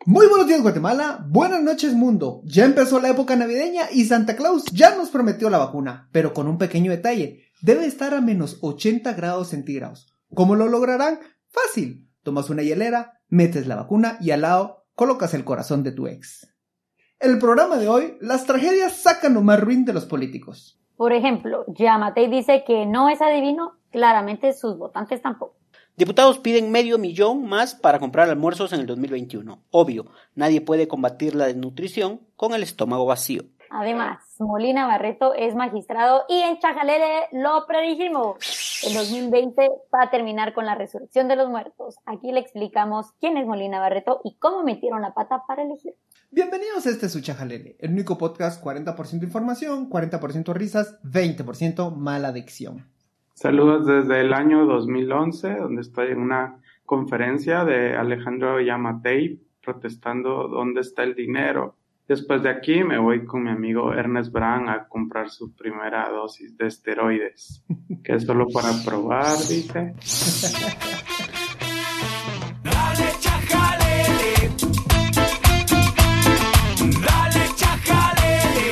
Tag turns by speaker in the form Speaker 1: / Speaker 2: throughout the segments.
Speaker 1: Muy buenos días, Guatemala. Buenas noches, mundo. Ya empezó la época navideña y Santa Claus ya nos prometió la vacuna, pero con un pequeño detalle. Debe estar a menos 80 grados centígrados. ¿Cómo lo lograrán? Fácil. Tomas una hielera, metes la vacuna y al lado colocas el corazón de tu ex. El programa de hoy, las tragedias sacan lo más ruin de los políticos.
Speaker 2: Por ejemplo, Yamatei dice que no es adivino, claramente sus votantes tampoco.
Speaker 3: Diputados piden $500,000 más para comprar almuerzos en el 2021. Obvio, nadie puede combatir la desnutrición con el estómago vacío.
Speaker 2: Además, Molina Barreto es magistrado y en Chajalele lo predijimos. El 2020 va a terminar con la resurrección de los muertos. Aquí le explicamos quién es Molina Barreto y cómo metieron la pata para elegir.
Speaker 1: Bienvenidos a este su Chajalele, el único podcast 40% información, 40% risas, 20% mala dicción.
Speaker 4: Saludos desde el año 2011, donde estoy en una conferencia de Alejandro Yamatei protestando dónde está el dinero. Después de aquí me voy con mi amigo Ernest Brand a comprar su primera dosis de esteroides, que es solo para probar, dice.
Speaker 5: Dale, Chajalele. Dale, Chajalele.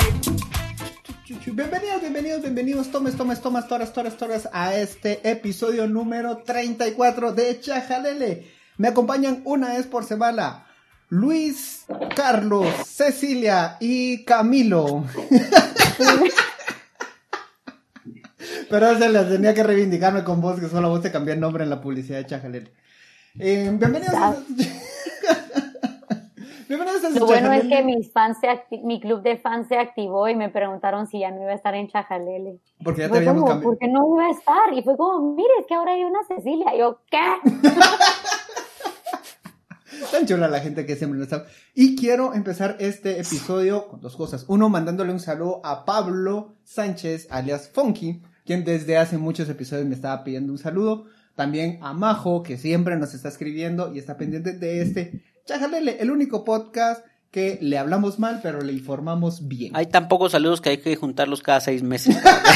Speaker 1: Bienvenidos, tomes, a este episodio número 34 de Chajalele. Me acompañan una vez por semana Luis, Carlos, Cecilia y Camilo. Pero se les tenía que reivindicarme con vos, que solo vos te cambié el nombre en la publicidad de Chajalele. Bienvenidos a... Bienvenidos a
Speaker 2: Lo bueno
Speaker 1: Chajalele.
Speaker 2: es que mi club de fans se activó y me preguntaron si ya no iba a estar en Chajalele.
Speaker 1: Porque ya te
Speaker 2: Fue
Speaker 1: habíamos
Speaker 2: como,
Speaker 1: cambiado.
Speaker 2: ¿por qué no iba a estar? Y fue como, mire, es que ahora hay una Cecilia. Y yo, ¿qué?
Speaker 1: Tan chula la gente que siempre nos está. Y quiero empezar este episodio con dos cosas. Uno, mandándole un saludo a Pablo Sánchez, alias Funky, quien desde hace muchos episodios me estaba pidiendo un saludo. También a Majo, que siempre nos está escribiendo y está pendiente de este Chajalele, el único podcast que le hablamos mal, pero le informamos bien.
Speaker 3: Hay tan pocos saludos que hay que juntarlos cada 6 meses.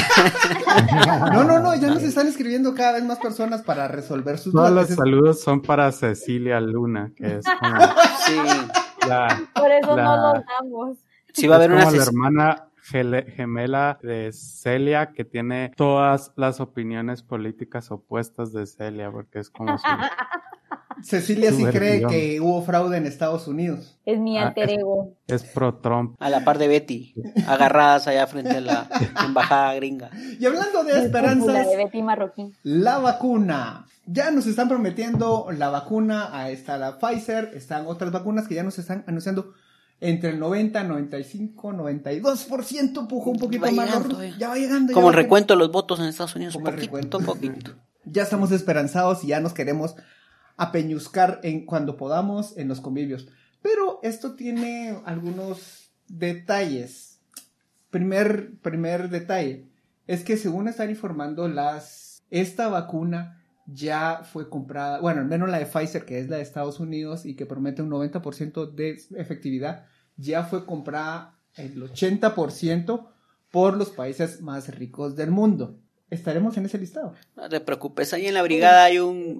Speaker 1: No, ya nos están escribiendo cada vez más personas para resolver sus
Speaker 4: Todos
Speaker 1: dudas.
Speaker 4: los saludos son para Cecilia Luna, que es como
Speaker 3: Sí,
Speaker 2: Por eso no los damos.
Speaker 3: sí va a haber
Speaker 4: es
Speaker 3: una
Speaker 4: como la
Speaker 3: sesión.
Speaker 4: hermana gemela de Celia, que tiene todas las opiniones políticas opuestas de Celia, porque es como su...
Speaker 1: Cecilia sí
Speaker 4: Su
Speaker 1: cree
Speaker 4: versión.
Speaker 1: que hubo fraude en Estados Unidos.
Speaker 2: Es mi alter ego.
Speaker 4: es pro Trump.
Speaker 3: A la par de Betty, agarradas allá frente a la embajada gringa.
Speaker 1: Y hablando de
Speaker 2: La
Speaker 1: esperanzas,
Speaker 2: de Betty Marroquín.
Speaker 1: la vacuna. Ya nos están prometiendo la vacuna. Ahí está la Pfizer. Están otras vacunas que ya nos están anunciando entre el 90, 95, 92%. Pujo un poquito
Speaker 3: Va
Speaker 1: más.
Speaker 3: llegando,
Speaker 1: Ya va llegando.
Speaker 3: Como el
Speaker 1: ya va
Speaker 3: recuento de los votos en Estados Unidos,
Speaker 1: Como el
Speaker 3: poquito,
Speaker 1: recuento.
Speaker 3: poquito.
Speaker 1: Ya estamos esperanzados y ya nos queremos apeñuscar cuando podamos en los convivios. Pero esto tiene algunos detalles. Primer detalle es que según están informando esta vacuna ya fue comprada, bueno, al menos la de Pfizer, que es la de Estados Unidos y que promete un 90% de efectividad, ya fue comprada el 80% por los países más ricos del mundo. ¿Estaremos en ese listado?
Speaker 3: No te preocupes, ahí en la brigada hay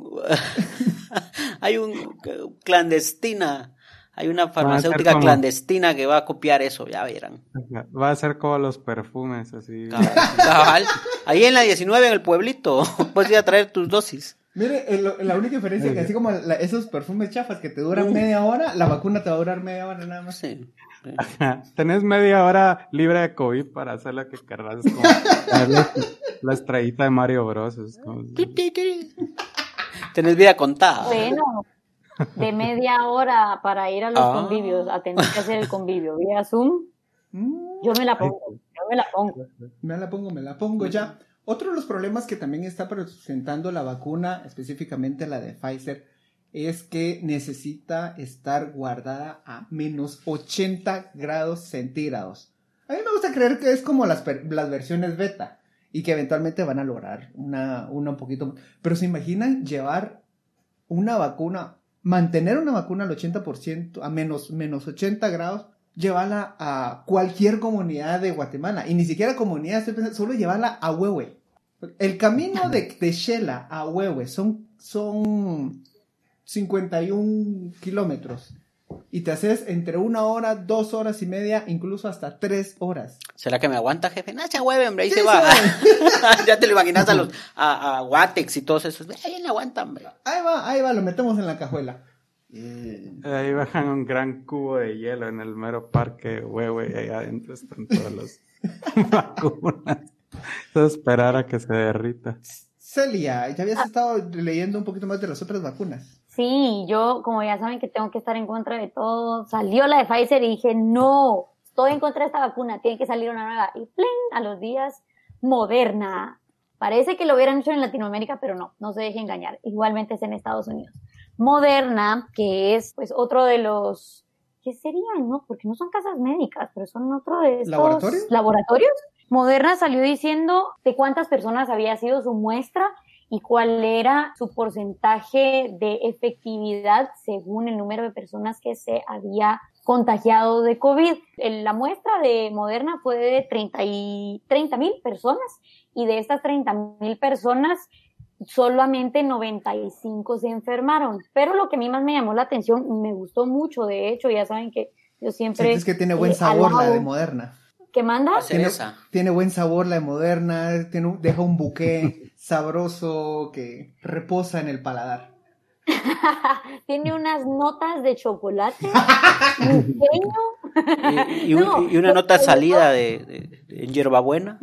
Speaker 3: clandestina, hay una farmacéutica
Speaker 4: como-
Speaker 3: clandestina que va a copiar eso, ya verán.
Speaker 4: Va a ser como los perfumes, así.
Speaker 3: Cabal. Ahí en la 19, en el pueblito, puedes ir a traer tus dosis.
Speaker 1: Mire, la única diferencia es que así como esos perfumes chafas que te duran media hora, la vacuna te va a durar media hora nada más.
Speaker 3: Sí.
Speaker 4: Tenés media hora libre de COVID para hacer lo que querrás. Como la estrellita de Mario Bros. Es como...
Speaker 3: Tenés vida contada.
Speaker 2: Bueno, de media hora para ir a los convivios, a tener que hacer el convivio vía Zoom, yo me la pongo.
Speaker 1: Me la pongo ya. Otro de los problemas que también está presentando la vacuna, específicamente la de Pfizer, es que necesita estar guardada a menos 80 grados centígrados. A mí me gusta creer que es como las versiones beta y que eventualmente van a lograr una un poquito. Pero ¿se imaginan llevar una vacuna, mantener una vacuna al 80%, a menos 80 grados? Llevarla a cualquier comunidad de Guatemala, y ni siquiera comunidad, estoy pensando, solo llevarla a Huehue. El camino de Xela a Huehue son 51 kilómetros. y te haces entre 1 hora, 2 horas y media, incluso hasta 3 horas.
Speaker 3: ¿Será que me aguanta, jefe? No, se hueve, hombre, ahí
Speaker 1: Sí,
Speaker 3: se va.
Speaker 1: sí.
Speaker 3: Ya te lo imaginas a Guatex y todos esos. Ahí le aguanta, hombre.
Speaker 1: Ahí va, lo metemos en la cajuela.
Speaker 4: Ahí bajan un gran cubo de hielo en el mero parque huevo y ahí adentro están todas las vacunas. Es esperar a que se derrita.
Speaker 1: Celia, ya habías estado leyendo un poquito más de las otras vacunas.
Speaker 2: Sí, yo, como ya saben que tengo que estar en contra de todo, salió la de Pfizer y dije, no, estoy en contra de esta vacuna, tiene que salir una nueva. Y ¡plin! A los días, Moderna. Parece que lo hubieran hecho en Latinoamérica, pero no se deje engañar. Igualmente es en Estados Unidos. Moderna, que es pues otro de los, ¿qué serían? No, porque no son casas médicas, pero son otro de estos laboratorios. Moderna salió diciendo de cuántas personas había sido su muestra y cuál era su porcentaje de efectividad según el número de personas que se había contagiado de COVID. La muestra de Moderna fue de 30,000 personas y de estas 30,000 personas solamente 95 se enfermaron. Pero lo que a mí más me llamó la atención, me gustó mucho, de hecho, ya saben que yo siempre...
Speaker 1: ¿Sientes que tiene buen sabor la de Moderna?
Speaker 2: ¿Qué manda?
Speaker 1: Tiene buen sabor la de Moderna, deja un buque sabroso que reposa en el paladar.
Speaker 2: Tiene unas notas de chocolate muy pequeño.
Speaker 3: Y una nota salida de hierbabuena.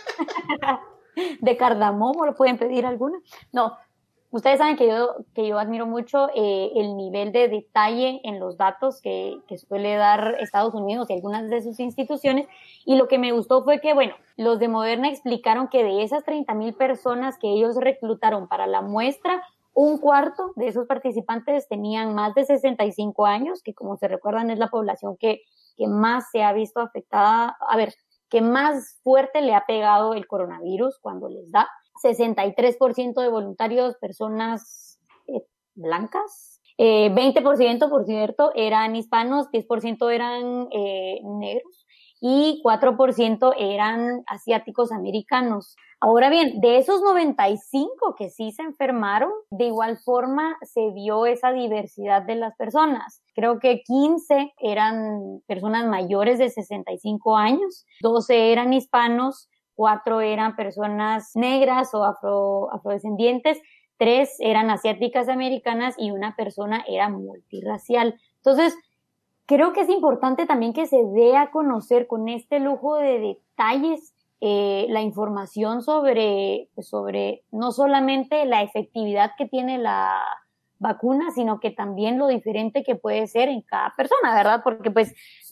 Speaker 2: De cardamomo, ¿lo pueden pedir alguna? No, ustedes saben que yo admiro mucho el nivel de detalle en los datos que suele dar Estados Unidos y algunas de sus instituciones, y lo que me gustó fue que, bueno, los de Moderna explicaron que de esas 30,000 personas que ellos reclutaron para la muestra, 1/4 de esos participantes tenían más de 65 años, que como se recuerdan es la población que más se ha visto afectada, que más fuerte le ha pegado el coronavirus cuando les da. 63% de voluntarios, personas blancas. 20%, por cierto, eran hispanos, 10% eran negros y 4% eran asiáticos americanos. Ahora bien, de esos 95 que sí se enfermaron, de igual forma se vio esa diversidad de las personas. Creo que 15 eran personas mayores de 65 años, 12 eran hispanos, 4 eran personas negras o afrodescendientes, 3 eran asiáticas americanas y 1 persona era multirracial. Entonces, creo que es importante también que se dé a conocer con este lujo de detalles la información sobre no solamente la efectividad que tiene la vacuna, sino que también lo diferente que puede ser en cada persona, ¿verdad? Porque pues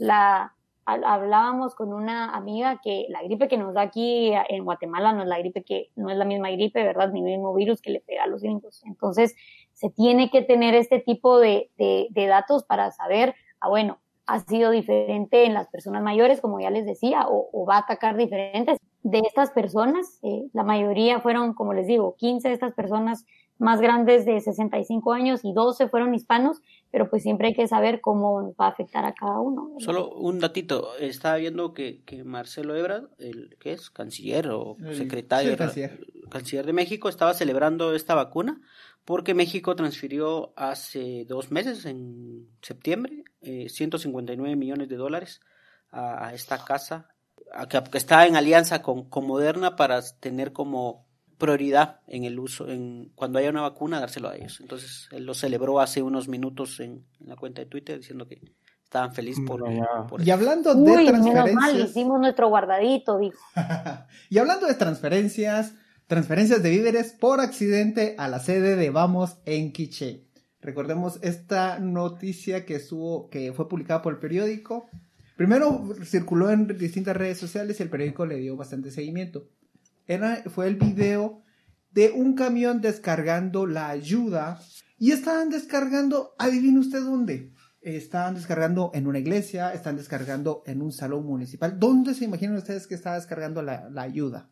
Speaker 2: hablábamos con una amiga que la gripe que nos da aquí en Guatemala no es la misma gripe, ¿verdad? Ni el mismo virus que le pega a los gringos. Entonces, se tiene que tener este tipo de datos para saber, bueno, ha sido diferente en las personas mayores, como ya les decía, o va a atacar diferentes. De estas personas, la mayoría fueron, como les digo, 15 de estas personas más grandes de 65 años y 12 fueron hispanos, pero pues siempre hay que saber cómo va a afectar a cada uno, ¿verdad?
Speaker 3: Solo un datito, estaba viendo que Marcelo Ebrard, ¿qué es? Canciller o secretario, canciller de México, estaba celebrando esta vacuna porque México transfirió hace 2 meses, en septiembre, $159 millones a esta casa, que está en alianza con Moderna para tener como prioridad en el uso, cuando haya una vacuna, dárselo a ellos. Entonces, él lo celebró hace unos minutos en la cuenta de Twitter diciendo que estaban felices por
Speaker 1: y
Speaker 3: eso.
Speaker 1: hablando de transferencias...
Speaker 2: menos mal, hicimos nuestro guardadito, dijo.
Speaker 1: Y hablando de transferencias de víveres por accidente a la sede de Vamos en Quiché. Recordemos esta noticia que fue publicada por el periódico. Primero circuló en distintas redes sociales y el periódico le dio bastante seguimiento. Fue el video de un camión descargando la ayuda y estaban descargando, adivine usted dónde. Estaban descargando en una iglesia, están descargando en un salón municipal. ¿Dónde se imaginan ustedes que estaba descargando la ayuda?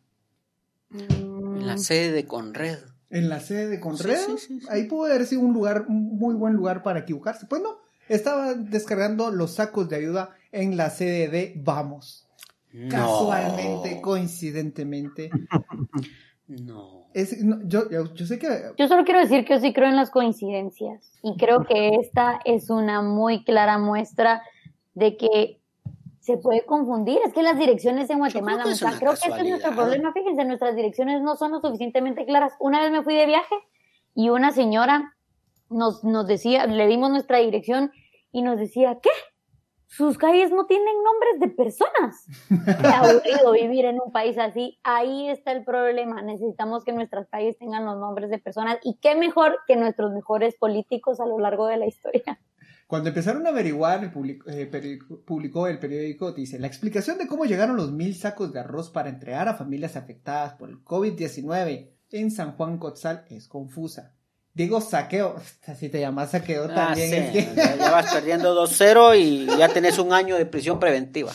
Speaker 3: En la sede de Conred.
Speaker 1: ¿En la sede de Conred?
Speaker 3: Sí.
Speaker 1: Ahí pudo haber sido un muy buen lugar para equivocarse. Pues no, estaba descargando los sacos de ayuda en la sede de Vamos. No. Casualmente, coincidentemente.
Speaker 3: No.
Speaker 1: Yo sé que...
Speaker 2: Yo solo quiero decir que yo sí creo en las coincidencias y creo que esta es una muy clara muestra de que se puede confundir. Es que las direcciones en Guatemala, creo que este es nuestro problema. Fíjense, nuestras direcciones no son lo suficientemente claras. Una vez me fui de viaje y una señora nos decía, le dimos nuestra dirección y nos decía, ¿qué? Sus calles no tienen nombres de personas. Qué aburrido vivir en un país así. Ahí está el problema. Necesitamos que nuestras calles tengan los nombres de personas. Y qué mejor que nuestros mejores políticos a lo largo de la historia.
Speaker 1: Cuando empezaron a averiguar, publicó el periódico, dice, la explicación de cómo llegaron los 1,000 sacos de arroz para entregar a familias afectadas por el COVID-19 en San Juan Cotzal es confusa. Digo saqueo, si te llamas saqueo también.
Speaker 3: Sí,
Speaker 1: es que...
Speaker 3: ya vas perdiendo 2-0 y ya tenés un año de prisión preventiva.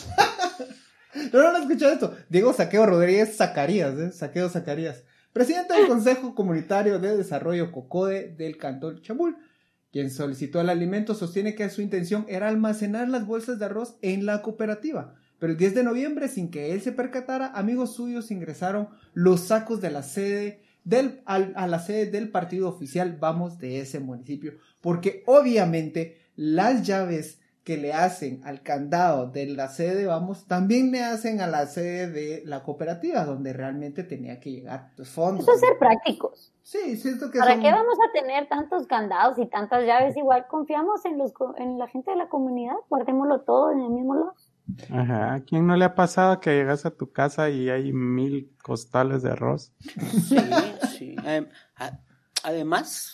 Speaker 1: No escuché esto. Diego Saqueo Rodríguez Zacarías, Saqueo Zacarías, presidente del Consejo Comunitario de Desarrollo COCODE del Cantón Chamul, quien solicitó el alimento, sostiene que su intención era almacenar las bolsas de arroz en la cooperativa. Pero el 10 de noviembre, sin que él se percatara, amigos suyos ingresaron los sacos de la sede a la sede del partido oficial Vamos de ese municipio, porque obviamente las llaves que le hacen al candado de la sede Vamos también le hacen a la sede de la cooperativa donde realmente tenía que llegar los fondos.
Speaker 2: Eso es ser prácticos.
Speaker 1: Sí, siento que
Speaker 2: ¿Para qué vamos a tener tantos candados y tantas llaves? Igual confiamos en la gente de la comunidad, guardémoslo todo en el mismo lado.
Speaker 6: Ajá, ¿a quién no le ha pasado que llegas a tu casa y hay 1,000 costales de arroz?
Speaker 3: Sí. Además,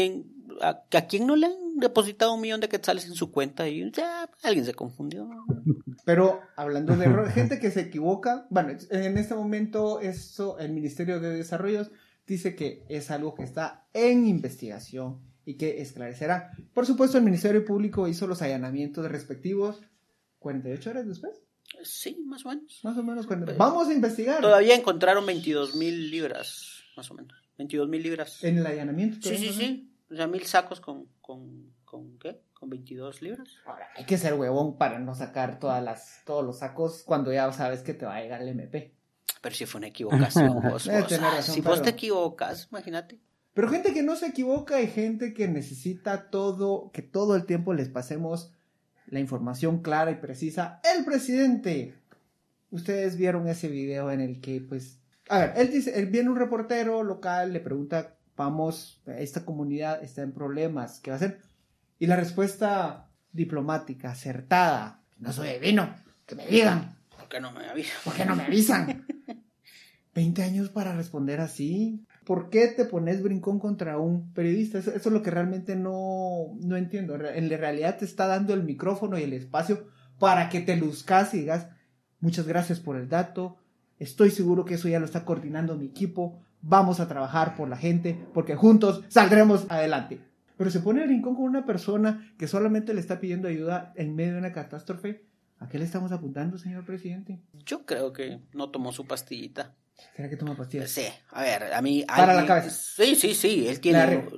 Speaker 3: ¿a quién no le han depositado 1,000,000 de quetzales en su cuenta? Y ya, alguien se confundió.
Speaker 1: Pero hablando de gente que se equivoca, bueno, en este momento el Ministerio de Desarrollo dice que es algo que está en investigación y que esclarecerá. Por supuesto, el Ministerio Público hizo los allanamientos respectivos 48 horas después.
Speaker 3: Sí, más o menos.
Speaker 1: Más o menos. Vamos a investigar.
Speaker 3: Todavía encontraron 22,000 libras, más o menos. 22,000 libras.
Speaker 1: ¿En el allanamiento?
Speaker 3: Sí. O sea, 1,000 sacos con ¿qué? Con 22 libras.
Speaker 1: Ahora, hay que ser huevón para no sacar todos los sacos cuando ya sabes que te va a llegar el MP.
Speaker 3: Pero si fue una equivocación, vos. Si vos te equivocas, imagínate.
Speaker 1: Pero gente que no se equivoca y gente que necesita que todo el tiempo les pasemos la información clara y precisa. El presidente. Ustedes vieron ese video en el que, pues... A ver, él viene un reportero local, le pregunta, esta comunidad está en problemas, ¿qué va a hacer? Y la respuesta diplomática, acertada, no soy adivino, que me digan.
Speaker 3: ¿Por qué no me avisan?
Speaker 1: ¿Por qué no me avisan? 20 años para responder así. ¿Por qué te pones brincón contra un periodista? Eso es lo que realmente no entiendo. En realidad te está dando el micrófono y el espacio para que te luzcas y digas, muchas gracias por el dato, estoy seguro que eso ya lo está coordinando mi equipo, vamos a trabajar por la gente, porque juntos saldremos adelante. Pero se pone brincón con una persona que solamente le está pidiendo ayuda en medio de una catástrofe. ¿A qué le estamos apuntando, señor presidente?
Speaker 3: Yo creo que no tomó su pastillita.
Speaker 1: ¿Será que toma pastillas?
Speaker 3: Sí, a ver, a mí...
Speaker 1: Para la cabeza.
Speaker 3: Sí, él tiene...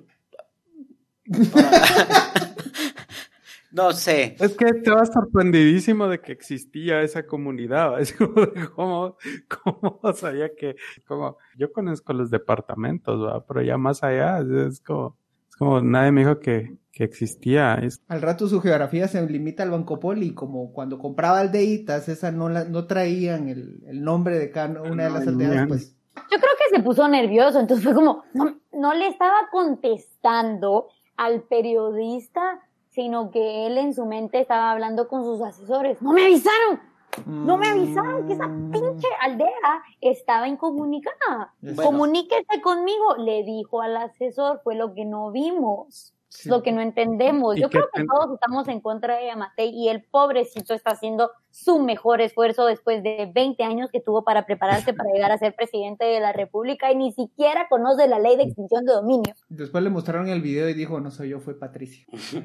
Speaker 3: No sé.
Speaker 6: Es que estaba sorprendidísimo de que existía esa comunidad. Es como sabía que... yo conozco los departamentos, ¿verdad? Pero ya más allá es como nadie me dijo que existía.
Speaker 1: Al rato su geografía se limita al Banco Poli, como cuando compraba aldeitas, esa no traían el nombre de cada una de las aldeas, pues.
Speaker 2: Yo creo que se puso nervioso, entonces fue como, no le estaba contestando al periodista, sino que él en su mente estaba hablando con sus asesores. ¡No me avisaron! No me avisaron que esa pinche aldea estaba incomunicada. Bueno. Comuníquese conmigo, le dijo al asesor, fue lo que no vimos. Sí. Lo que no entendemos. Yo creo que todos estamos en contra de Yamatei y el pobrecito está haciendo su mejor esfuerzo después de 20 años que tuvo para prepararse para llegar a ser presidente de la República y ni siquiera conoce la ley de extinción de dominio.
Speaker 1: Después le mostraron el video y dijo, no soy yo, fue Patricia.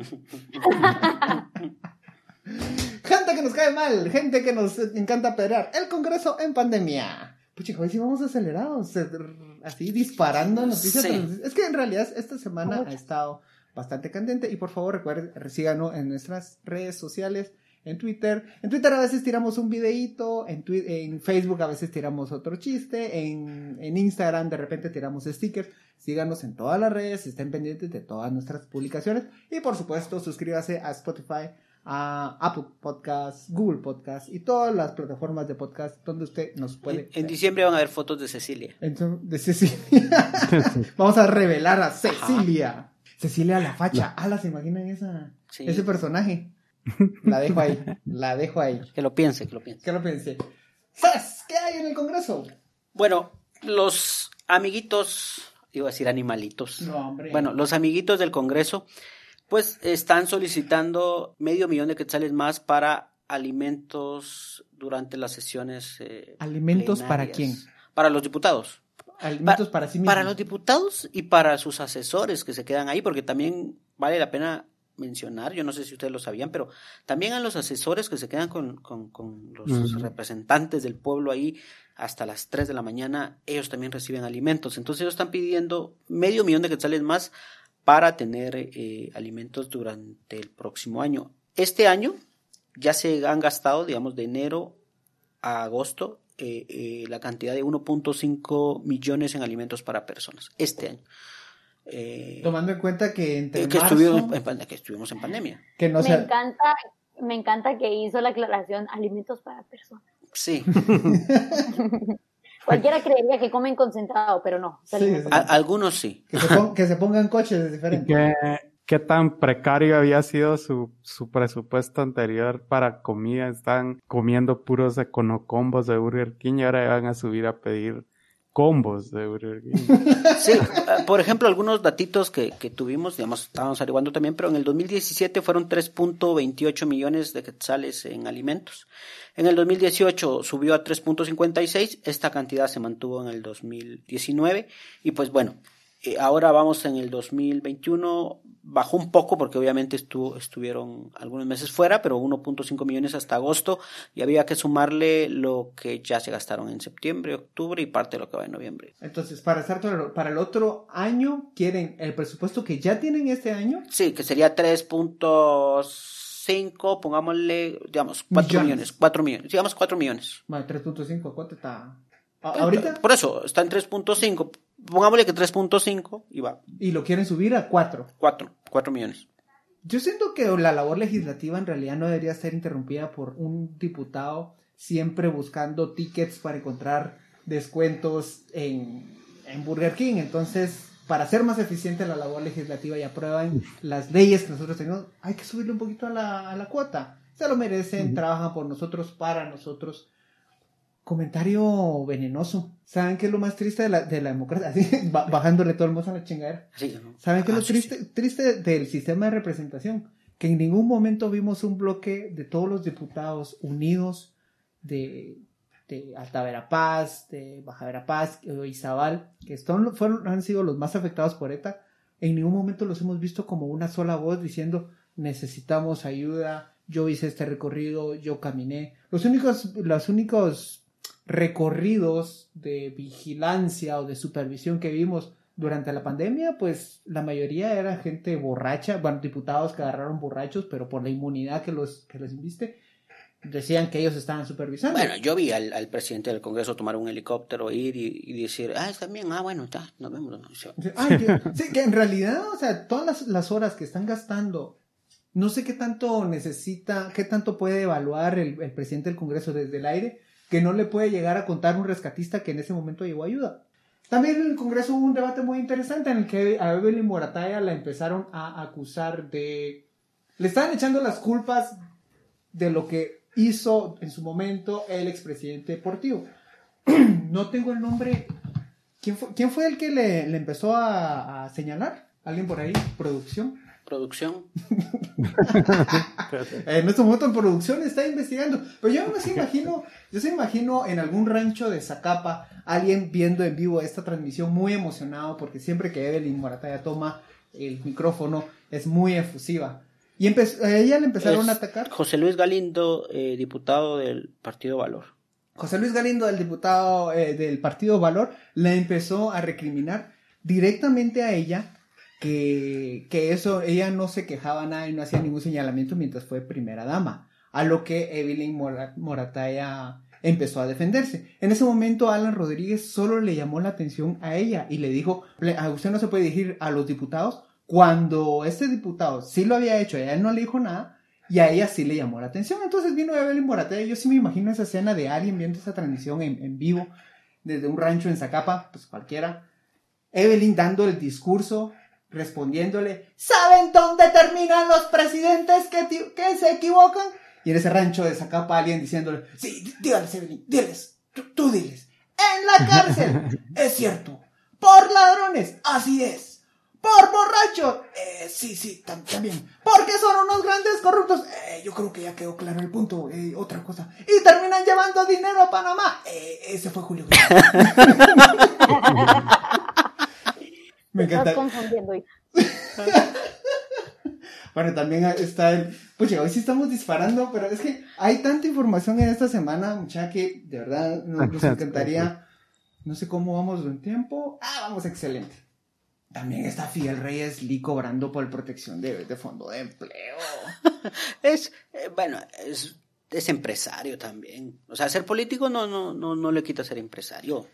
Speaker 1: Gente que nos cae mal, gente que nos encanta pedrear. El Congreso en pandemia. Pues chicos, hoy sí vamos acelerados, así disparando noticias. Sí. Es que en realidad esta semana ha estado bastante candente y por favor recuerden, síganos en nuestras redes sociales, en Twitter. En Twitter a veces tiramos un videíto, en Facebook a veces tiramos otro chiste, en Instagram de repente tiramos stickers. Síganos en todas las redes, estén pendientes de todas nuestras publicaciones y por supuesto suscríbase a Spotify, a Apple Podcasts, Google Podcasts y todas las plataformas de podcast donde usted nos puede...
Speaker 3: En diciembre van a haber fotos de Cecilia.
Speaker 1: De Cecilia. Vamos a revelar a Cecilia. Ajá. Cecilia la facha. ¿Se imaginan ese personaje? La dejo ahí.
Speaker 3: Que lo piense.
Speaker 1: ¿Sabes qué hay en el Congreso?
Speaker 3: Bueno, los amiguitos, iba a decir animalitos.
Speaker 1: No, hombre.
Speaker 3: Bueno, los amiguitos del Congreso pues están solicitando $500,000 de quetzales más para alimentos durante las sesiones
Speaker 1: ¿alimentos
Speaker 3: plenarias.
Speaker 1: Para quién?
Speaker 3: Para los diputados.
Speaker 1: Alimentos para sí mismos.
Speaker 3: Para los diputados y para sus asesores que se quedan ahí, porque también vale la pena mencionar, yo no sé si ustedes lo sabían, pero también a los asesores que se quedan con los representantes del pueblo ahí hasta las 3 de la mañana, ellos también reciben alimentos. Entonces ellos están pidiendo $500,000 de quetzales más para tener alimentos durante el próximo año. Este año ya se han gastado, digamos, de enero a agosto, la cantidad de 1.5 millones en alimentos para personas. Este año.
Speaker 1: Tomando en cuenta que
Speaker 3: estuvimos en pandemia.
Speaker 1: Que no
Speaker 2: me encanta que hizo la aclaración alimentos para personas.
Speaker 3: Sí.
Speaker 2: Cualquiera creería que comen concentrado, pero no.
Speaker 1: Sí.
Speaker 3: Algunos sí.
Speaker 1: Que se pongan coches, es diferente.
Speaker 6: ¿Qué tan precario había sido su presupuesto anterior para comida? Están comiendo puros econocombos de Burger King y ahora van a subir a pedir combos de Burger King.
Speaker 3: Sí, por ejemplo, algunos datitos que tuvimos, digamos, estábamos averiguando también, pero en el 2017 fueron 3.28 millones de quetzales en alimentos. En el 2018 subió a 3.56, esta cantidad se mantuvo en el 2019 y pues bueno, ahora vamos en el 2021, bajó un poco porque obviamente estuvieron algunos meses fuera, pero 1.5 millones hasta agosto y había que sumarle lo que ya se gastaron en septiembre, octubre y parte de lo que va en noviembre.
Speaker 1: Entonces, para el otro año, ¿quieren el presupuesto que ya tienen este año?
Speaker 3: Sí, que sería 3.5, pongámosle, digamos, 4 millones, digamos 4 millones.
Speaker 1: Bueno, 3.5, ¿cuánto está? ¿Ahorita?
Speaker 3: Por eso, está en 3.5, pongámosle que 3.5 y va.
Speaker 1: ¿Y lo quieren subir a 4?
Speaker 3: 4 millones.
Speaker 1: Yo siento que la labor legislativa en realidad no debería ser interrumpida por un diputado siempre buscando tickets para encontrar descuentos en Burger King. Entonces, para ser más eficiente la labor legislativa y aprueban las leyes que nosotros tenemos, hay que subirle un poquito a la cuota. Se lo merecen, trabajan por nosotros, para nosotros. Comentario venenoso. ¿Saben qué es lo más triste de la democracia? Así, bajándole todo el mundo a la chingadera.
Speaker 3: Sí.
Speaker 1: ¿Saben qué es lo triste del sistema de representación? Que en ningún momento vimos un bloque de todos los diputados unidos de Alta Verapaz, de Baja Verapaz, Izabal, que han sido los más afectados por ETA. En ningún momento los hemos visto como una sola voz diciendo necesitamos ayuda, yo hice este recorrido, yo caminé. Los únicos recorridos de vigilancia o de supervisión que vimos durante la pandemia, pues la mayoría era gente borracha, bueno, diputados que agarraron borrachos, pero por la inmunidad que los inviste, decían que ellos estaban supervisando.
Speaker 3: Bueno, yo vi al presidente del Congreso tomar un helicóptero, ir y decir, está bien, bueno, está, nos vemos.
Speaker 1: Sí, que en realidad, o sea, todas las horas que están gastando, no sé qué tanto puede evaluar el presidente del Congreso desde el aire, que no le puede llegar a contar un rescatista que en ese momento llegó ayuda. También en el Congreso hubo un debate muy interesante en el que a Evelyn Morataya la empezaron a acusar le estaban echando las culpas de lo que hizo en su momento el expresidente Portillo. No tengo el nombre. ¿Quién fue el que le empezó a señalar? ¿Alguien por ahí? ¿Producción? En este momento en producción está investigando, pero yo me imagino en algún rancho de Zacapa alguien viendo en vivo esta transmisión muy emocionado porque siempre que Evelyn Morataya toma el micrófono es muy efusiva y a ella le empezaron a atacar.
Speaker 3: José Luis Galindo, diputado del Partido Valor.
Speaker 1: José Luis Galindo, el diputado del Partido Valor, le empezó a recriminar directamente a ella que eso, ella no se quejaba nada y no hacía ningún señalamiento mientras fue primera dama. a lo que Evelyn Morataya empezó a defenderse. En ese momento Alan Rodríguez solo le llamó la atención a ella y le dijo, usted no se puede dirigir a los diputados, cuando este diputado sí lo había hecho, a él no le dijo nada, y a ella sí le llamó la atención. Entonces vino Evelyn Morataya, yo sí me imagino esa escena de alguien viendo esa transmisión en vivo, desde un rancho en Zacapa, pues cualquiera, Evelyn dando el discurso, respondiéndole, ¿saben dónde terminan los presidentes que se equivocan? Y en ese rancho de Zacapa alguien diciéndole, sí, dígales, Evelyn, diles, tú diles, en la cárcel, es cierto, por ladrones, así es, por borrachos, sí, también, porque son unos grandes corruptos, yo creo que ya quedó claro el punto, otra cosa, y terminan llevando dinero a Panamá, ese fue Julio. Me encanta.
Speaker 2: Estás confundiendo, hija.
Speaker 1: Bueno, también está el... Pucha, hoy sí estamos disparando, pero es que hay tanta información en esta semana, muchacha, que de verdad nos encantaría... No sé cómo vamos en tiempo. Vamos, excelente. También está Fidel Reyes Lee cobrando por protección de fondo de empleo.
Speaker 3: Es empresario también. O sea, ser político no le quita ser empresario.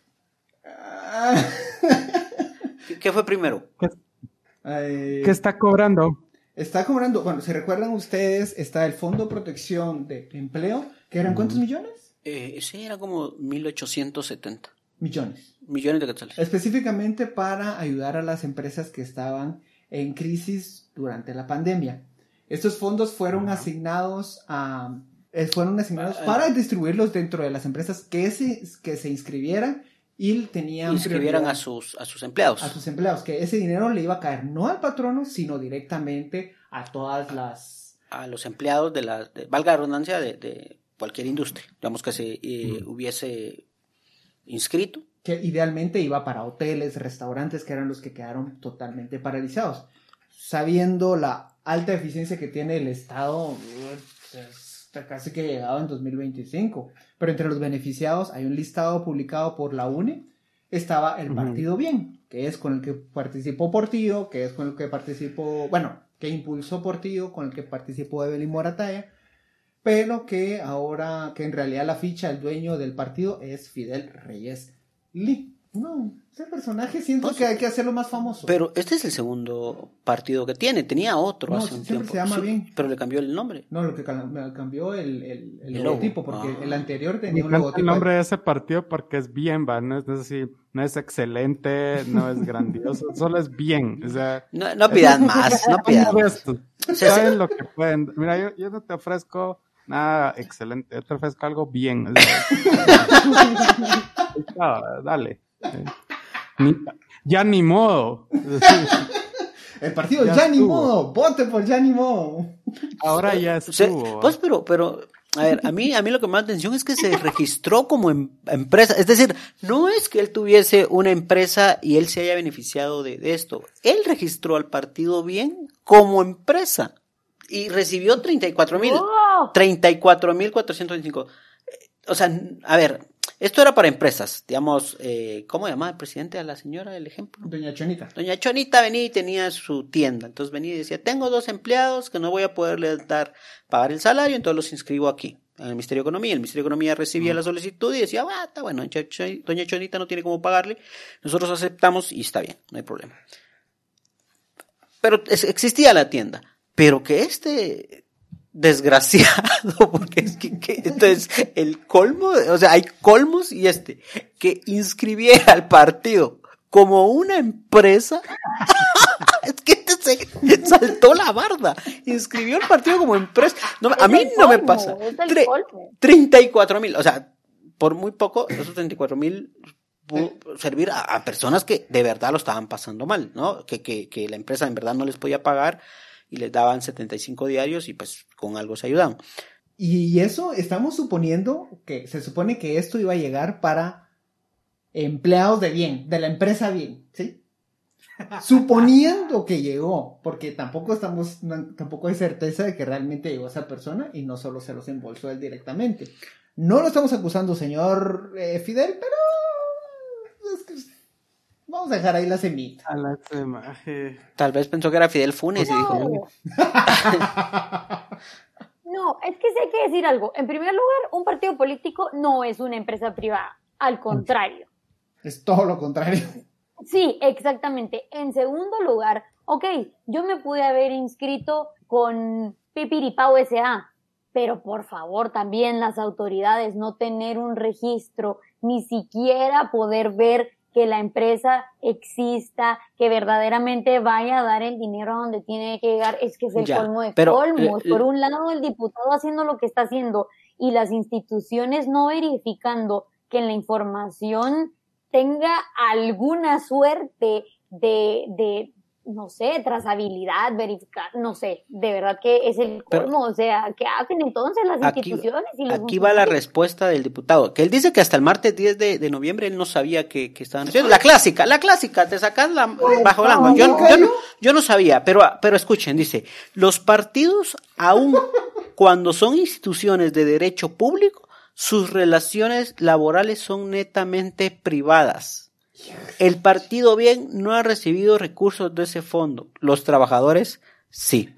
Speaker 3: ¿Qué fue primero?
Speaker 6: ¿Qué está cobrando?
Speaker 1: Está cobrando, bueno, si recuerdan ustedes, está el Fondo de Protección de Empleo, que eran ¿cuántos millones?
Speaker 3: Sí, era como 1870.
Speaker 1: Millones
Speaker 3: de quetzales.
Speaker 1: Específicamente para ayudar a las empresas que estaban en crisis durante la pandemia. Estos fondos fueron asignados para distribuirlos dentro de las empresas que se inscribieran y tenían
Speaker 3: inscribieran a sus empleados.
Speaker 1: A sus empleados, que ese dinero le iba a caer no al patrono, sino directamente a todas las...
Speaker 3: A los empleados valga la redundancia, de cualquier industria, digamos que se hubiese inscrito.
Speaker 1: Que idealmente iba para hoteles, restaurantes, que eran los que quedaron totalmente paralizados. Sabiendo la alta eficiencia que tiene el Estado, está casi que llegado en 2025. Pero entre los beneficiados hay un listado publicado por la UNE. Estaba el Partido Bien, que es con el que participó Portillo, que es con el que participó, que impulsó Portillo, con el que participó Evelyn Morataya, pero que ahora, que en realidad la ficha, el dueño del partido es Fidel Reyes Lee. No, ese personaje siento que hay que hacerlo más famoso.
Speaker 3: Pero este es el segundo partido que tenía otro hace un tiempo.
Speaker 1: Se llama Bien.
Speaker 3: Pero le cambió el nombre.
Speaker 1: No, lo que cambió el logotipo, porque el anterior tenía un logotipo.
Speaker 6: El nombre de ese partido porque es bien, va, no es así, no es excelente, no es grandioso, solo es bien. O sea,
Speaker 3: no pidan más, no pidan más.
Speaker 6: Saben lo que pueden. Mira, yo no te ofrezco nada excelente, yo te ofrezco algo bien. O sea, dale. Ya ni modo.
Speaker 1: El partido ya ni modo, vote por ya ni modo.
Speaker 6: Ahora ya estuvo.
Speaker 3: Pues pero a ver, a mí lo que me da atención es que se registró como empresa, es decir, no es que él tuviese una empresa y él se haya beneficiado de esto. Él registró al Partido Bien como empresa y recibió 34,425. O sea, a ver, esto era para empresas, digamos, ¿cómo llamaba el presidente a la señora, el ejemplo?
Speaker 1: Doña Chonita.
Speaker 3: Doña Chonita venía y tenía su tienda, entonces venía y decía, tengo 2 empleados que no voy a poderles pagar el salario, entonces los inscribo aquí, en el Ministerio de Economía. El Ministerio de Economía recibía la solicitud y decía, está bueno, Doña Chonita no tiene cómo pagarle, nosotros aceptamos y está bien, no hay problema. Pero existía la tienda, pero que desgraciado, porque es que entonces el colmo, o sea, hay colmos y que inscribiera al partido como una empresa, es que se saltó la barda, inscribió al partido como empresa, a mí no me pasa, 34,000, o sea, por muy poco, esos 34,000 pudo servir a personas que de verdad lo estaban pasando mal, ¿no? Que la empresa en verdad no les podía pagar y les daban 75 diarios y pues con algo se ayudaban.
Speaker 1: Y eso estamos suponiendo que se supone que esto iba a llegar para empleados de Bien, de la empresa Bien, ¿sí? Suponiendo que llegó, porque tampoco hay certeza de que realmente llegó esa persona y no solo se los embolsó él directamente. No lo estamos acusando, señor Fidel, pero vamos a dejar ahí la semita.
Speaker 3: Tal vez pensó que era Fidel Funes y dijo...
Speaker 2: No, es que sí hay que decir algo. En primer lugar, un partido político no es una empresa privada. Al contrario.
Speaker 1: Es todo lo contrario.
Speaker 2: Sí, exactamente. En segundo lugar, ok, yo me pude haber inscrito con Pipiripao S.A., pero por favor también las autoridades no tener un registro, ni siquiera poder ver que la empresa exista, que verdaderamente vaya a dar el dinero a donde tiene que llegar, es que es el colmo de colmos. Por un lado, el diputado haciendo lo que está haciendo y las instituciones no verificando que en la información tenga alguna suerte de no sé, trazabilidad, verificar, no sé, de verdad que es el colmo, o sea, ¿qué hacen entonces las instituciones? Y los
Speaker 3: aquí va la respuesta del diputado, que él dice que hasta el martes 10 de noviembre él no sabía que estaban haciendo. La clásica, te sacas bajo el agua. Yo no sabía, pero escuchen, dice, los partidos, aun cuando son instituciones de derecho público, sus relaciones laborales son netamente privadas. El partido bien no ha recibido recursos de ese fondo. Los trabajadores sí.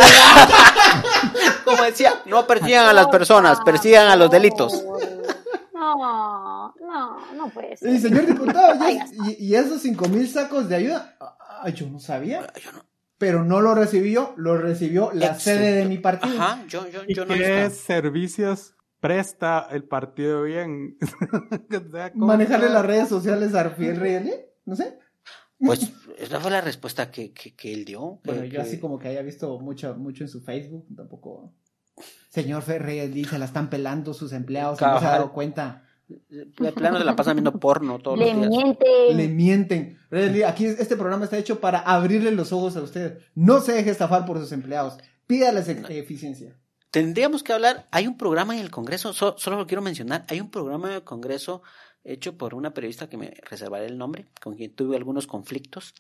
Speaker 3: Como decía, no persigan a las personas, persigan a los delitos.
Speaker 2: No puede ser.
Speaker 1: Y señor diputado, ¿y esos 5,000 sacos de ayuda? Yo no sabía. Pero no lo recibió la sede de mi partido.
Speaker 3: Ajá, yo no
Speaker 6: ¿Qué servicios presta el partido bien?
Speaker 1: Manejarle las redes sociales a Rafael Reyes, no sé.
Speaker 3: Pues esa fue la respuesta que él dio.
Speaker 1: Bueno, yo así como que haya visto mucho en su Facebook, tampoco. Señor Reyes, se la están pelando sus empleados y no se ha dado cuenta.
Speaker 3: De plano se la pasan viendo porno todos los días.
Speaker 1: Le mienten. Aquí este programa está hecho para abrirle los ojos a usted. No se deje estafar por sus empleados. Pídales eficiencia.
Speaker 3: Tendríamos que hablar, hay un programa en el Congreso, solo lo quiero mencionar, hay un programa en el Congreso hecho por una periodista que me reservaré el nombre, con quien tuve algunos conflictos.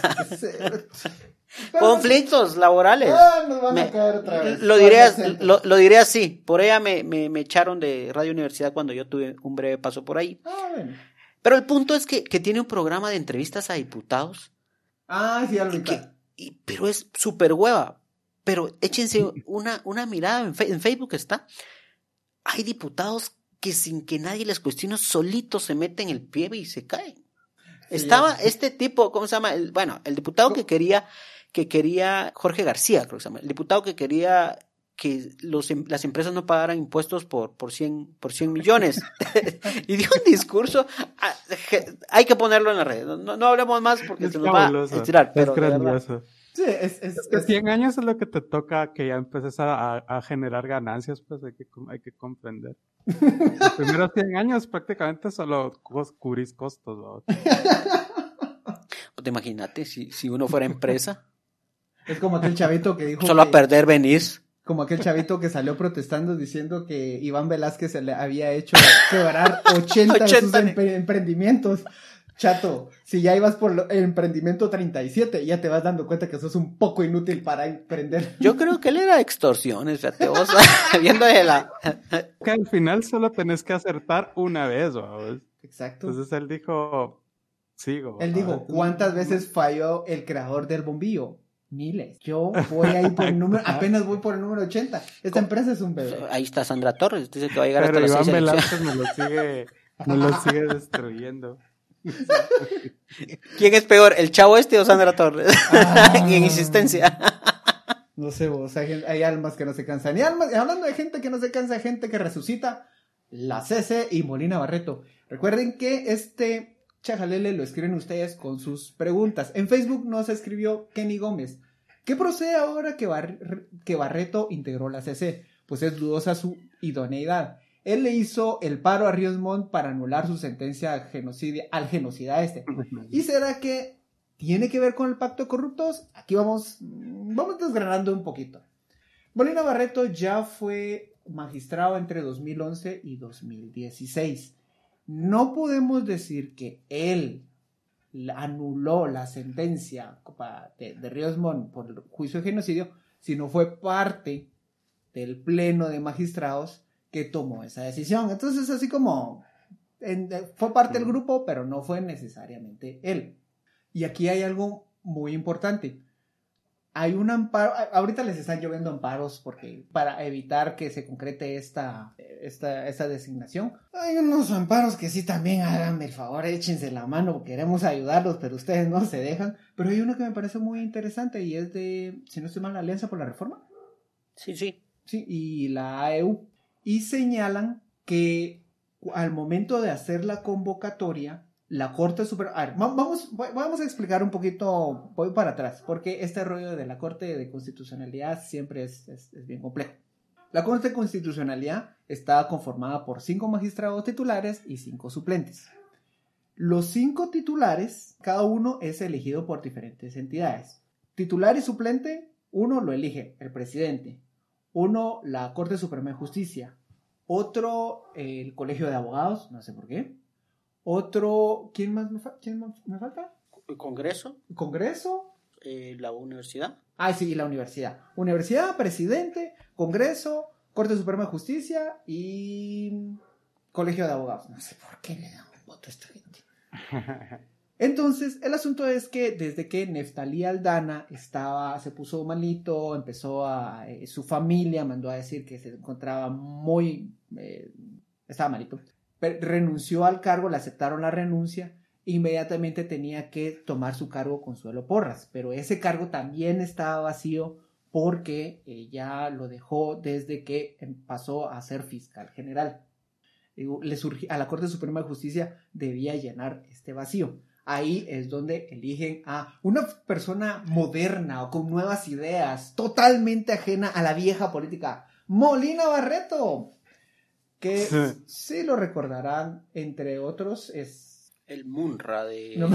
Speaker 3: Conflictos laborales.
Speaker 1: Nos van a caer otra vez.
Speaker 3: Lo diré así, por ella me echaron de Radio Universidad cuando yo tuve un breve paso por ahí.
Speaker 1: Bueno.
Speaker 3: Pero el punto es que tiene un programa de entrevistas a diputados.
Speaker 1: Sí, ya lo vi.
Speaker 3: Pero es súper hueva. Pero échense una mirada, en Facebook está. Hay diputados que sin que nadie les cuestione, solitos se meten el pie y se caen. Estaba este tipo, ¿cómo se llama? El diputado que quería, Jorge García, creo que se llama. El diputado que quería que las empresas no pagaran impuestos por 100 millones. Y dio un discurso, hay que ponerlo en la red. No hablemos más porque se nos va a estirar. Pero
Speaker 6: es grandioso.
Speaker 1: Sí, es
Speaker 6: 100 años es lo que te toca que ya empeces a generar ganancias, pues hay que comprender. Los primeros 100 años prácticamente solo cubrís costos, ¿no?
Speaker 3: Pues imagínate, si uno fuera empresa.
Speaker 1: Es como aquel chavito que dijo
Speaker 3: solo a perder venís.
Speaker 1: Como aquel chavito que salió protestando diciendo que Iván Velázquez se le había hecho quebrar 80 de sus emprendimientos. Chato, si ya ibas por el emprendimiento 37, ya te vas dando cuenta que sos un poco inútil para emprender.
Speaker 3: Yo creo que él era extorsiones, fíjate vos, viendo de la...
Speaker 6: Que al final solo tenés que acertar una vez, ¿sabes?
Speaker 1: Exacto.
Speaker 6: Entonces él dijo, sigo.
Speaker 1: Él dijo, ¿cuántas veces falló el creador del bombillo? Miles. Yo voy ahí por el número, apenas voy por el número 80. Esta empresa es un bebé.
Speaker 3: Ahí está Sandra Torres, dice que va a llegar
Speaker 6: pero
Speaker 3: hasta las 6
Speaker 6: elecciones. Iván Velázquez me lo sigue destruyendo.
Speaker 3: ¿Quién es peor, el chavo o Sandra Torres? En insistencia.
Speaker 1: No sé vos, hay almas que no se cansan. Y hablando de gente que no se cansa, gente que resucita, la CC y Molina Barreto. Recuerden que este chajalele lo escriben ustedes con sus preguntas. En Facebook nos escribió Kenny Gómez. ¿Qué procede ahora que Barreto integró la CC? Pues es dudosa su idoneidad. Él le hizo el paro a Ríos Montt para anular su sentencia al genocida este. ¿Y será que tiene que ver con el pacto de corruptos? Aquí vamos desgranando un poquito. Molina Barreto ya fue magistrado entre 2011 y 2016. No podemos decir que él anuló la sentencia de Ríos Montt por el juicio de genocidio, sino fue parte del pleno de magistrados que tomó esa decisión. Entonces, así como fue parte del grupo, pero no fue necesariamente él. Y aquí hay algo muy importante. hay un amparo, ahorita les están lloviendo amparos porque para evitar que se concrete esta designación. Hay unos amparos que sí también háganme el favor, échense la mano, queremos ayudarlos, pero ustedes no se dejan. Pero hay uno que me parece muy interesante y es de, si no estoy mal, la Alianza por la Reforma.
Speaker 3: Sí.
Speaker 1: Sí, y la AEU. Y señalan que al momento de hacer la convocatoria, la Corte Suprema... A ver, vamos a explicar un poquito, voy para atrás, porque este rollo de la Corte de Constitucionalidad siempre es bien complejo. La Corte de Constitucionalidad está conformada por 5 magistrados titulares y 5 suplentes. Los 5 titulares, cada uno es elegido por diferentes entidades. Titular y suplente, uno lo elige el presidente, uno la Corte Suprema de Justicia, otro el Colegio de Abogados, no sé por qué. Otro, ¿quién más me falta?
Speaker 3: ¿El Congreso?
Speaker 1: ¿Congreso?
Speaker 3: ¿La universidad?
Speaker 1: Ah, sí, la universidad. Universidad, presidente, Congreso, Corte Suprema de Justicia y Colegio de Abogados. No sé por qué le dan un voto a esta gente. Entonces, el asunto es que desde que Neftalí Aldana se puso malito, su familia mandó a decir que se encontraba estaba malito. Renunció al cargo, le aceptaron la renuncia, inmediatamente tenía que tomar su cargo Consuelo Porras, pero ese cargo también estaba vacío porque ya lo dejó desde que pasó a ser fiscal general. A la Corte Suprema de Justicia debía llenar este vacío. Ahí es donde eligen a una persona moderna o con nuevas ideas, totalmente ajena a la vieja política, Molina Barreto. Que sí lo recordarán, entre otros, es...
Speaker 3: El Munra de...
Speaker 1: No,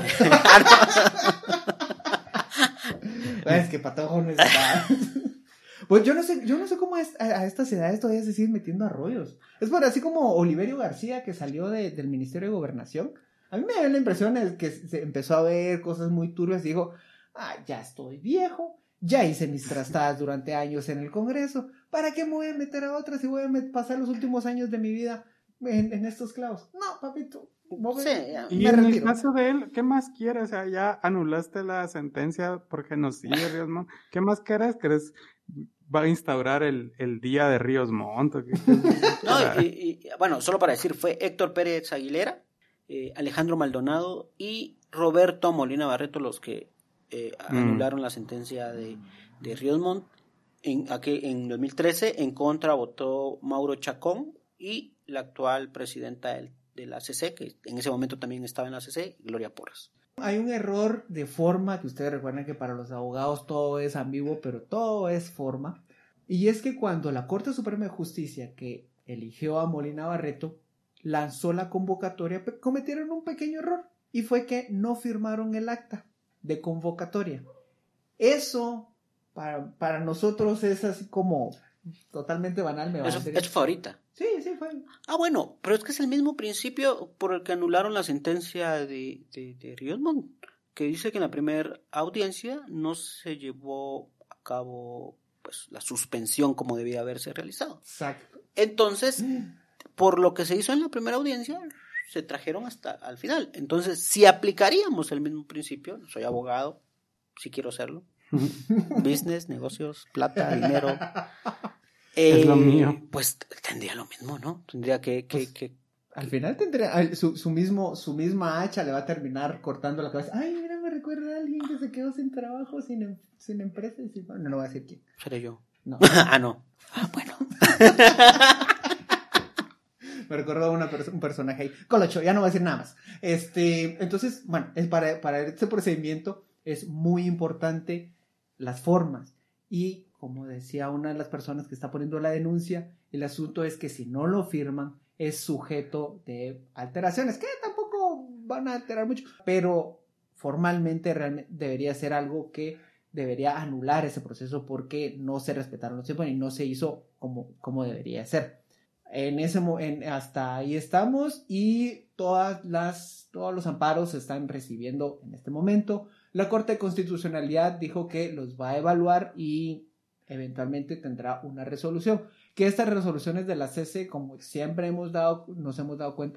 Speaker 1: es que Patojo no está... Pues yo no sé cómo a estas edades todavía se siguen metiendo a rollos. Es por así como Oliverio García, que salió del Ministerio de Gobernación. A mí me da la impresión de que se empezó a ver cosas muy turbias y dijo, ya estoy viejo, ya hice mis trastadas durante años en el Congreso, ¿para qué me voy a meter a otras y voy a pasar los últimos años de mi vida en estos clavos? No, papito.
Speaker 6: Y en el caso de él, ¿qué más quieres? O sea, ya anulaste la sentencia por genocidio, Ríos Montt. ¿Qué más quieres? ¿Crees va a instaurar el Día de Ríos Montt?
Speaker 3: No, bueno, solo para decir, fue Héctor Pérez Aguilera, Alejandro Maldonado y Roberto Molina Barreto los que anularon la sentencia de Ríos Montt. En 2013 en contra votó Mauro Chacón y la actual presidenta de la CC, que en ese momento también estaba en la CC, Gloria Porras.
Speaker 1: Hay un error de forma, que ustedes recuerdan que para los abogados todo es ambiguo, pero todo es forma. Y es que cuando la Corte Suprema de Justicia, que eligió a Molina Barreto, lanzó la convocatoria, cometieron un pequeño error. Y fue que no firmaron el acta de convocatoria. Eso, para nosotros, es así como totalmente banal.
Speaker 3: ¿Es tu favorita?
Speaker 1: Sí, fue.
Speaker 3: Bueno, pero es que es el mismo principio por el que anularon la sentencia de Ríos Montt, que dice que en la primera audiencia no se llevó a cabo pues la suspensión como debía haberse realizado.
Speaker 1: Exacto.
Speaker 3: Entonces, por lo que se hizo en la primera audiencia, se trajeron hasta al final. Entonces, si aplicaríamos el mismo principio, soy abogado, si quiero serlo, business, negocios, plata, dinero,
Speaker 6: es lo mío.
Speaker 3: pues tendría lo mismo, ¿no? Tendría que
Speaker 1: al final tendría su misma hacha le va a terminar cortando la cabeza. Ay, mira, me recuerda a alguien que se quedó sin trabajo, sin empresa. No lo voy a decir quién.
Speaker 3: Seré yo.
Speaker 1: No.
Speaker 3: No. Bueno.
Speaker 1: Me recordó a un personaje ahí. Colocho, ya no voy a decir nada más. Entonces, bueno, para este procedimiento es muy importante las formas. Y como decía una de las personas que está poniendo la denuncia, el asunto es que si no lo firman, es sujeto de alteraciones, que tampoco van a alterar mucho, pero formalmente realmente debería ser algo que debería anular ese proceso porque no se respetaron los tiempos y no se hizo como debería ser. Hasta ahí estamos y todos los amparos se están recibiendo en este momento. La Corte de Constitucionalidad dijo que los va a evaluar y eventualmente tendrá una resolución. Que estas resoluciones de la CC, como siempre nos hemos dado cuenta,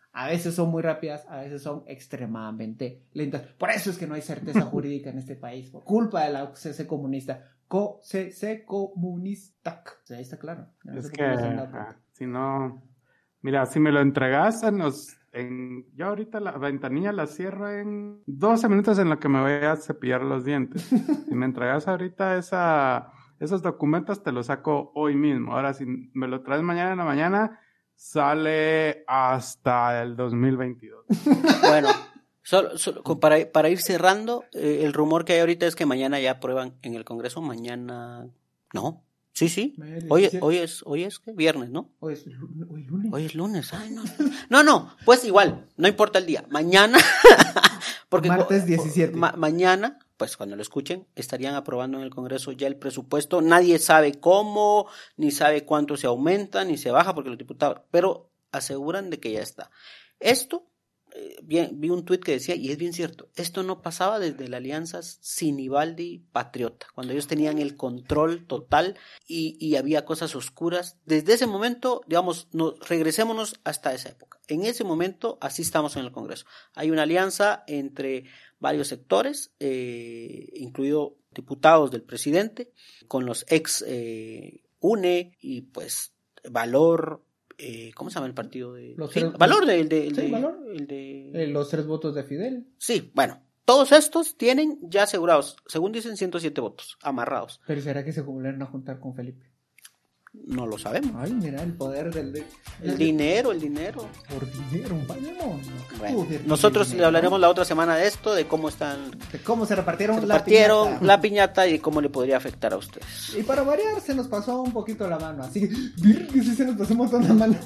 Speaker 1: A veces son muy rápidas, a veces son extremadamente lentas. Por eso es que no hay certeza jurídica en este país, por culpa de la CC comunista. CC comunista. O sea, ahí está claro. No
Speaker 6: es
Speaker 1: sé
Speaker 6: que, si no... Mira, si me lo entregas yo ahorita la ventanilla la cierro en 12 minutos en lo que me voy a cepillar los dientes. Si me entregas ahorita esos documentos, te los saco hoy mismo. Ahora, si me lo traes mañana en la mañana, sale hasta el 2022.
Speaker 3: Bueno, para ir cerrando, el rumor que hay ahorita es que mañana ya aprueban en el Congreso. Mañana, no. Sí. Hoy es ¿qué? Viernes, ¿no?
Speaker 1: Hoy es lunes.
Speaker 3: Hoy es lunes. Ay, no. No, pues igual, no importa el día. Mañana, porque
Speaker 1: martes 17.
Speaker 3: Mañana, pues cuando lo escuchen, estarían aprobando en el Congreso ya el presupuesto. Nadie sabe cómo, ni sabe cuánto se aumenta, ni se baja, porque los diputados, pero aseguran de que ya está. Esto, vi un tuit que decía, y es bien cierto, esto no pasaba desde la alianza Sinibaldi-Patriota, cuando ellos tenían el control total y había cosas oscuras. Desde ese momento, digamos, regresémonos hasta esa época. En ese momento, así estamos en el Congreso. Hay una alianza entre varios sectores, incluido diputados del presidente, con los ex UNE y pues Valor. ¿Cómo se llama el partido? Valor,
Speaker 1: los 3 votos de Fidel.
Speaker 3: Sí, bueno, todos estos tienen ya asegurados, según dicen, 107 votos, amarrados.
Speaker 1: ¿Pero será que se volverán a juntar con Felipe?
Speaker 3: No lo sabemos.
Speaker 1: Ay, mira, el poder del...
Speaker 3: El dinero.
Speaker 1: Por dinero, vayamos.
Speaker 3: Bueno, nosotros le hablaremos la otra semana de esto, de cómo
Speaker 1: de cómo se repartieron
Speaker 3: la piñata y cómo le podría afectar a ustedes.
Speaker 1: Y para variar, se nos pasó un poquito la mano, así que sí se nos pasó un montón la mano.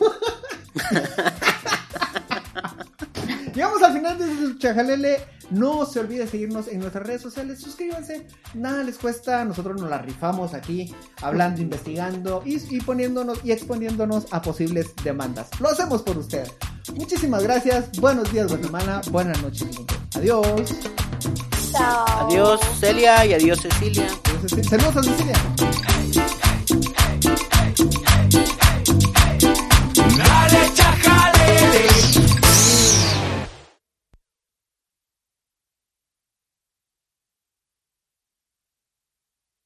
Speaker 1: Llegamos al final de su Chajalele. No se olvide seguirnos en nuestras redes sociales. Suscríbanse, nada les cuesta. Nosotros nos la rifamos aquí, hablando, investigando y poniéndonos y exponiéndonos a posibles demandas. Lo hacemos por usted. Muchísimas gracias. Buenos días, Guatemala. Buenas noches, mundo. Adiós.
Speaker 2: Chao.
Speaker 3: Adiós, Celia, y adiós, Cecilia.
Speaker 1: Saludos a Cecilia.